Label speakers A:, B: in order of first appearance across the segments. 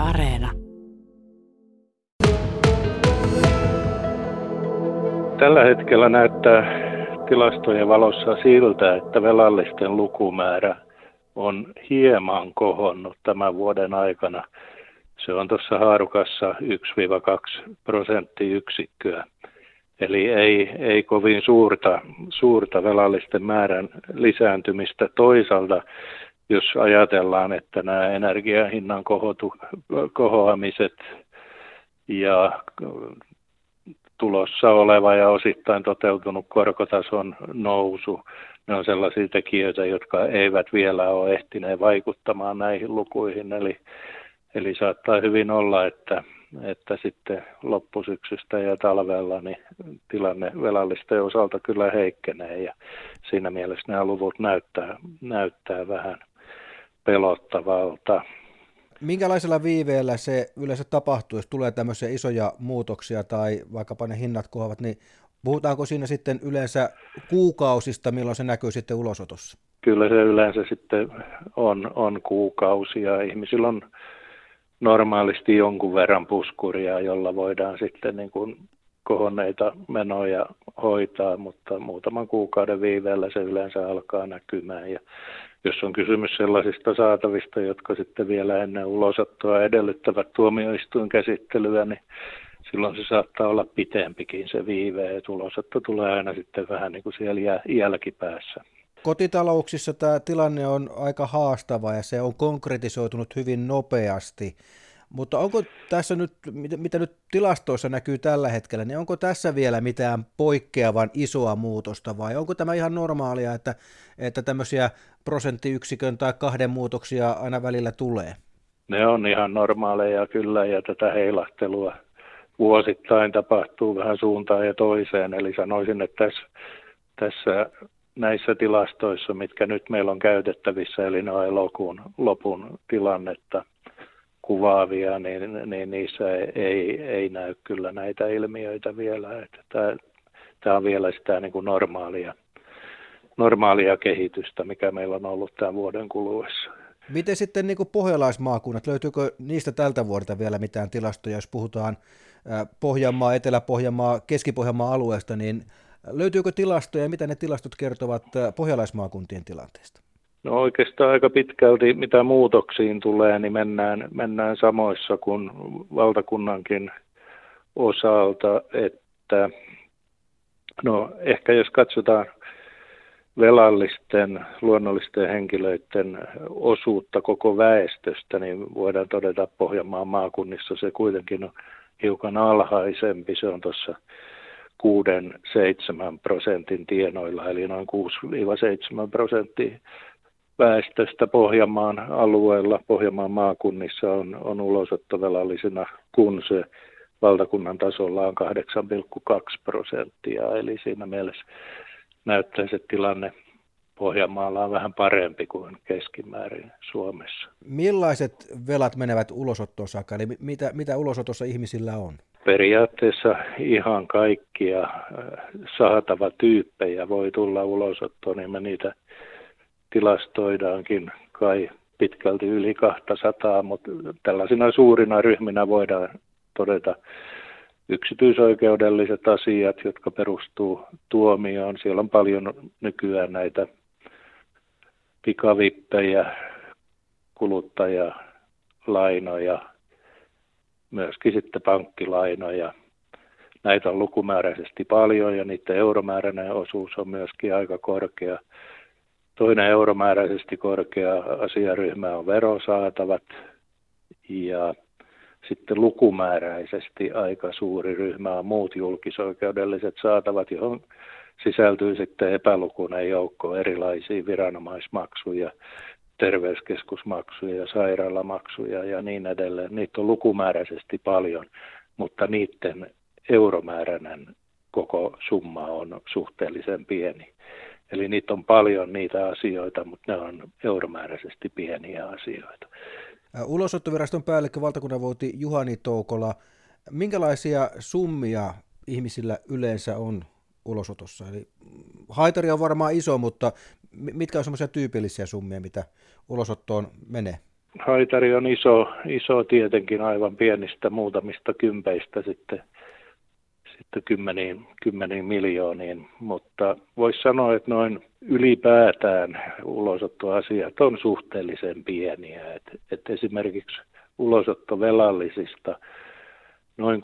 A: Areena.
B: Tällä hetkellä näyttää tilastojen valossa siltä, että velallisten lukumäärä on hieman kohonnut tämän vuoden aikana. Se on tuossa haarukassa 1-2 prosenttiyksikköä. Eli ei kovin suurta velallisten määrän lisääntymistä. Toisaalta, jos ajatellaan, että nämä energian hinnan kohoamiset ja tulossa oleva ja osittain toteutunut korkotason nousu, ne on sellaisia tekijöitä, jotka eivät vielä ole ehtineet vaikuttamaan näihin lukuihin. Eli saattaa hyvin olla, että sitten loppusyksystä ja talvella niin tilanne velallisten osalta kyllä heikkenee ja siinä mielessä nämä luvut näyttää vähän pelottavalta.
C: Minkälaisella viiveellä se yleensä tapahtuu, jos tulee tämmöisiä isoja muutoksia tai vaikkapa ne hinnat kohoavat, niin puhutaanko siinä sitten yleensä kuukausista, milloin se näkyy sitten ulosotossa?
B: Kyllä se yleensä sitten on kuukausia. Ihmisillä on normaalisti jonkun verran puskuria, jolla voidaan sitten niin kuin kohonneita menoja hoitaa, mutta muutaman kuukauden viiveellä se yleensä alkaa näkymään. Ja jos on kysymys sellaisista saatavista, jotka sitten vielä ennen ulosottoa edellyttävät tuomioistuinkäsittelyä, niin silloin se saattaa olla pitempikin se viive, että ulosotto tulee aina sitten vähän niin kuin siellä jälkipäässä.
C: Kotitalouksissa tämä tilanne on aika haastava ja se on konkretisoitunut hyvin nopeasti, mutta onko tässä nyt, mitä nyt tilastoissa näkyy tällä hetkellä, niin onko tässä vielä mitään poikkeavan isoa muutosta vai onko tämä ihan normaalia, että tämmöisiä prosenttiyksikön tai 2 muutoksia aina välillä tulee?
B: Ne on ihan normaaleja kyllä ja tätä heilahtelua vuosittain tapahtuu vähän suuntaan ja toiseen, eli sanoisin, että tässä näissä tilastoissa, mitkä nyt meillä on käytettävissä, eli ne elokuun lopun tilannetta kuvaavia, niin niissä ei näy kyllä näitä ilmiöitä vielä. Tämä on vielä sitä niin kuin normaalia kehitystä, mikä meillä on ollut tämän vuoden kuluessa.
C: Miten sitten niin kuin pohjalaismaakunnat, löytyykö niistä tältä vuodelta vielä mitään tilastoja, jos puhutaan Pohjanmaa, Etelä-Pohjanmaa, Keski-Pohjanmaa alueesta, niin löytyykö tilastoja ja mitä ne tilastot kertovat pohjalaismaakuntien tilanteesta?
B: No oikeastaan aika pitkälti, mitä muutoksiin tulee, niin mennään samoissa kuin valtakunnankin osalta, että no ehkä jos katsotaan velallisten, luonnollisten henkilöiden osuutta koko väestöstä, niin voidaan todeta, että Pohjanmaan maakunnissa se kuitenkin on hiukan alhaisempi, se on tuossa 6-7% tienoilla, eli noin 6-7% väestöstä Pohjanmaan alueella, Pohjanmaan maakunnissa on ulosottovelallisena, kun se valtakunnan tasolla on 8,2%, eli siinä mielessä näyttää se tilanne Pohjanmaalla on vähän parempi kuin keskimäärin Suomessa.
C: Millaiset velat menevät ulosottoon saakka, eli mitä ulosotossa ihmisillä on?
B: Periaatteessa ihan kaikkia saatavatyyppejä voi tulla ulosottoon, niin me niitä tilastoidaankin kai pitkälti yli 200, mutta tällaisina suurina ryhminä voidaan todeta yksityisoikeudelliset asiat, jotka perustuu tuomioon. Siellä on paljon nykyään näitä pikavippejä, kuluttajalainoja, myöskin sitten pankkilainoja. Näitä on lukumääräisesti paljon ja niiden euromääräinen osuus on myöskin aika korkea. Toinen euromääräisesti korkea asiaryhmä on verosaatavat ja sitten lukumääräisesti aika suuri ryhmä on muut julkisoikeudelliset saatavat, johon sisältyy sitten epälukuinen joukko erilaisia viranomaismaksuja, terveyskeskusmaksuja ja sairaalamaksuja ja niin edelleen. Niitä on lukumääräisesti paljon, mutta niiden euromääräinen koko summa on suhteellisen pieni. Eli niitä on paljon niitä asioita, mutta ne on euromääräisesti pieniä asioita.
C: Ulosottoviraston päällikkö valtakunnanvouti Juhani Toukola, minkälaisia summia ihmisillä yleensä on ulosotossa? Eli haitari on varmaan iso, mutta mitkä on semmoisia tyypillisiä summia, mitä ulosottoon menee?
B: haitari on iso tietenkin aivan pienistä muutamista kympeistä sitten kymmeniin miljooniin, mutta voisi sanoa, että noin ylipäätään ulosottoasiat on suhteellisen pieniä. Että esimerkiksi ulosottovelallisista noin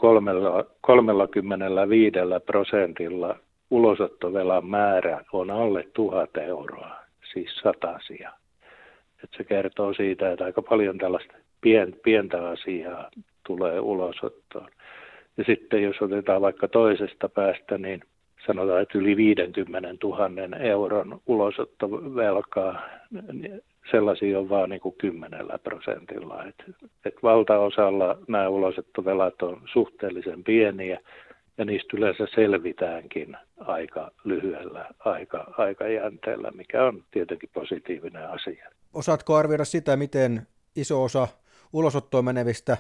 B: 35% ulosottovelan määrä on alle 1 000 euroa, siis satasia. Että se kertoo siitä, että aika paljon tällaista pientä asiaa tulee ulosottoon. Ja sitten jos otetaan vaikka toisesta päästä, niin sanotaan, että yli 50 000 euron ulosottovelkaa, niin sellaisia on vain niin kuin 10%. Et valtaosalla nämä ulosottovelat on suhteellisen pieniä ja niistä yleensä selvitäänkin aika lyhyellä aikajänteellä, mikä on tietenkin positiivinen asia.
C: Osaatko arvioida sitä, miten iso osa ulosottoon menevistä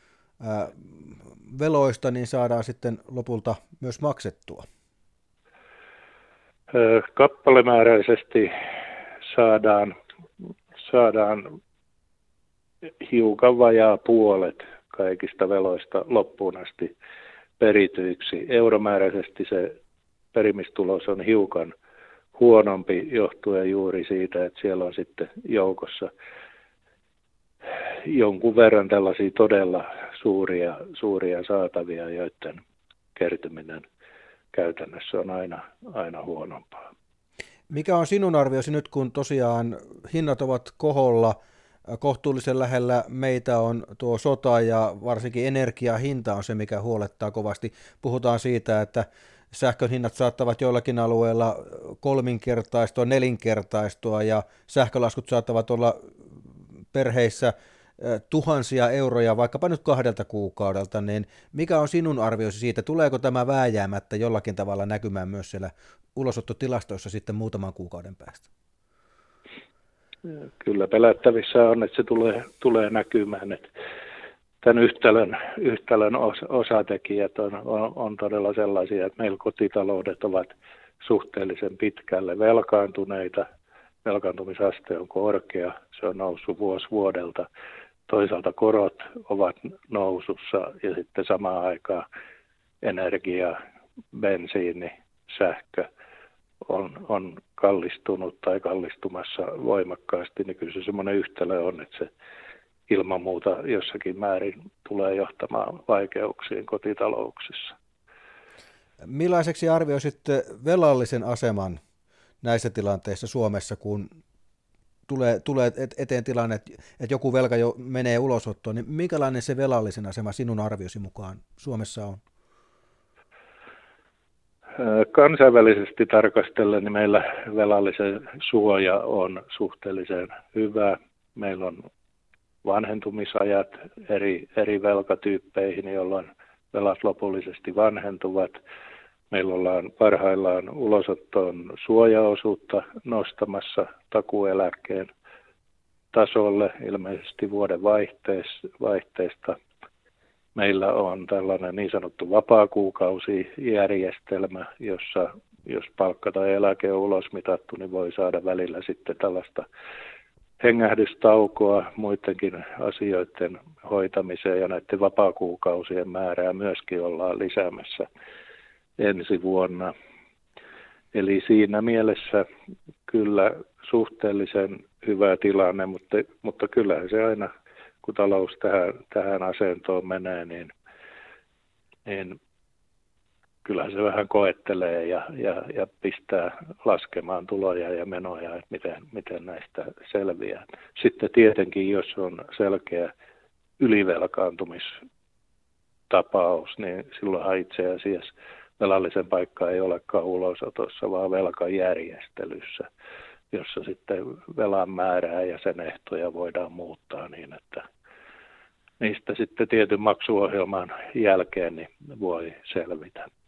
C: veloista niin saadaan sitten lopulta myös maksettua?
B: Kappalemääräisesti saadaan hiukan vajaa puolet kaikista veloista loppuun asti perityiksi. Euromääräisesti se perimistulos on hiukan huonompi johtuen juuri siitä, että siellä on sitten joukossa jonkun verran tällaisia todella suuria saatavia, joiden kertyminen käytännössä on aina huonompaa.
C: Mikä on sinun arviosi nyt, kun tosiaan hinnat ovat koholla, kohtuullisen lähellä meitä on tuo sota ja varsinkin energiahinta on se, mikä huolettaa kovasti. Puhutaan siitä, että sähkön hinnat saattavat joillakin alueilla 3-kertaistua, 4-kertaistua ja sähkölaskut saattavat olla perheissä tuhansia euroja vaikkapa nyt 2 kuukaudelta, niin mikä on sinun arvioisi siitä, tuleeko tämä vääjäämättä jollakin tavalla näkymään myös siellä ulosottotilastoissa sitten muutaman kuukauden päästä?
B: Kyllä pelättävissä on, että se tulee näkymään, että tämän yhtälön osatekijät on todella sellaisia, että meillä kotitaloudet ovat suhteellisen pitkälle velkaantuneita, velkaantumisaste on korkea, se on noussut vuosi vuodelta. Toisaalta korot ovat nousussa ja sitten samaan aikaan energia, bensiini, sähkö on kallistunut tai kallistumassa voimakkaasti, niin kyllä se semmoinen yhtälö on, että se ilman muuta jossakin määrin tulee johtamaan vaikeuksiin kotitalouksissa.
C: Millaiseksi arvioisit velallisen aseman näissä tilanteissa Suomessa, kun tulee eteen tilanne, että joku velka jo menee ulosottoon, niin minkälainen se velallisen asema sinun arviosi mukaan Suomessa on?
B: Kansainvälisesti tarkastellen niin meillä velallisen suoja on suhteellisen hyvä. Meillä on vanhentumisajat eri velkatyyppeihin, jolloin velat lopullisesti vanhentuvat. Meillä ollaan parhaillaan ulosottoon suojaosuutta nostamassa takuueläkkeen tasolle ilmeisesti vuoden vaihteesta. Meillä on tällainen niin sanottu vapaakuukausijärjestelmä, jossa jos palkka tai eläke on ulosmitattu, niin voi saada välillä sitten tällaista hengähdystaukoa muidenkin asioiden hoitamiseen, ja näiden vapaakuukausien määrää myöskin ollaan lisäämässä ensi vuonna. Eli siinä mielessä kyllä suhteellisen hyvä tilanne, mutta kyllähän se aina, kun talous tähän asentoon menee, niin kyllähän se vähän koettelee ja pistää laskemaan tuloja ja menoja, että miten näistä selviää. Sitten tietenkin, jos on selkeä ylivelkaantumistapaus, niin silloinhan itse asiassa velallisen paikka ei olekaan ulosotossa, vaan velkajärjestelyssä, jossa sitten velan määrää ja sen ehtoja voidaan muuttaa niin, että niistä sitten tietyn maksuohjelman jälkeen niin voi selvitä.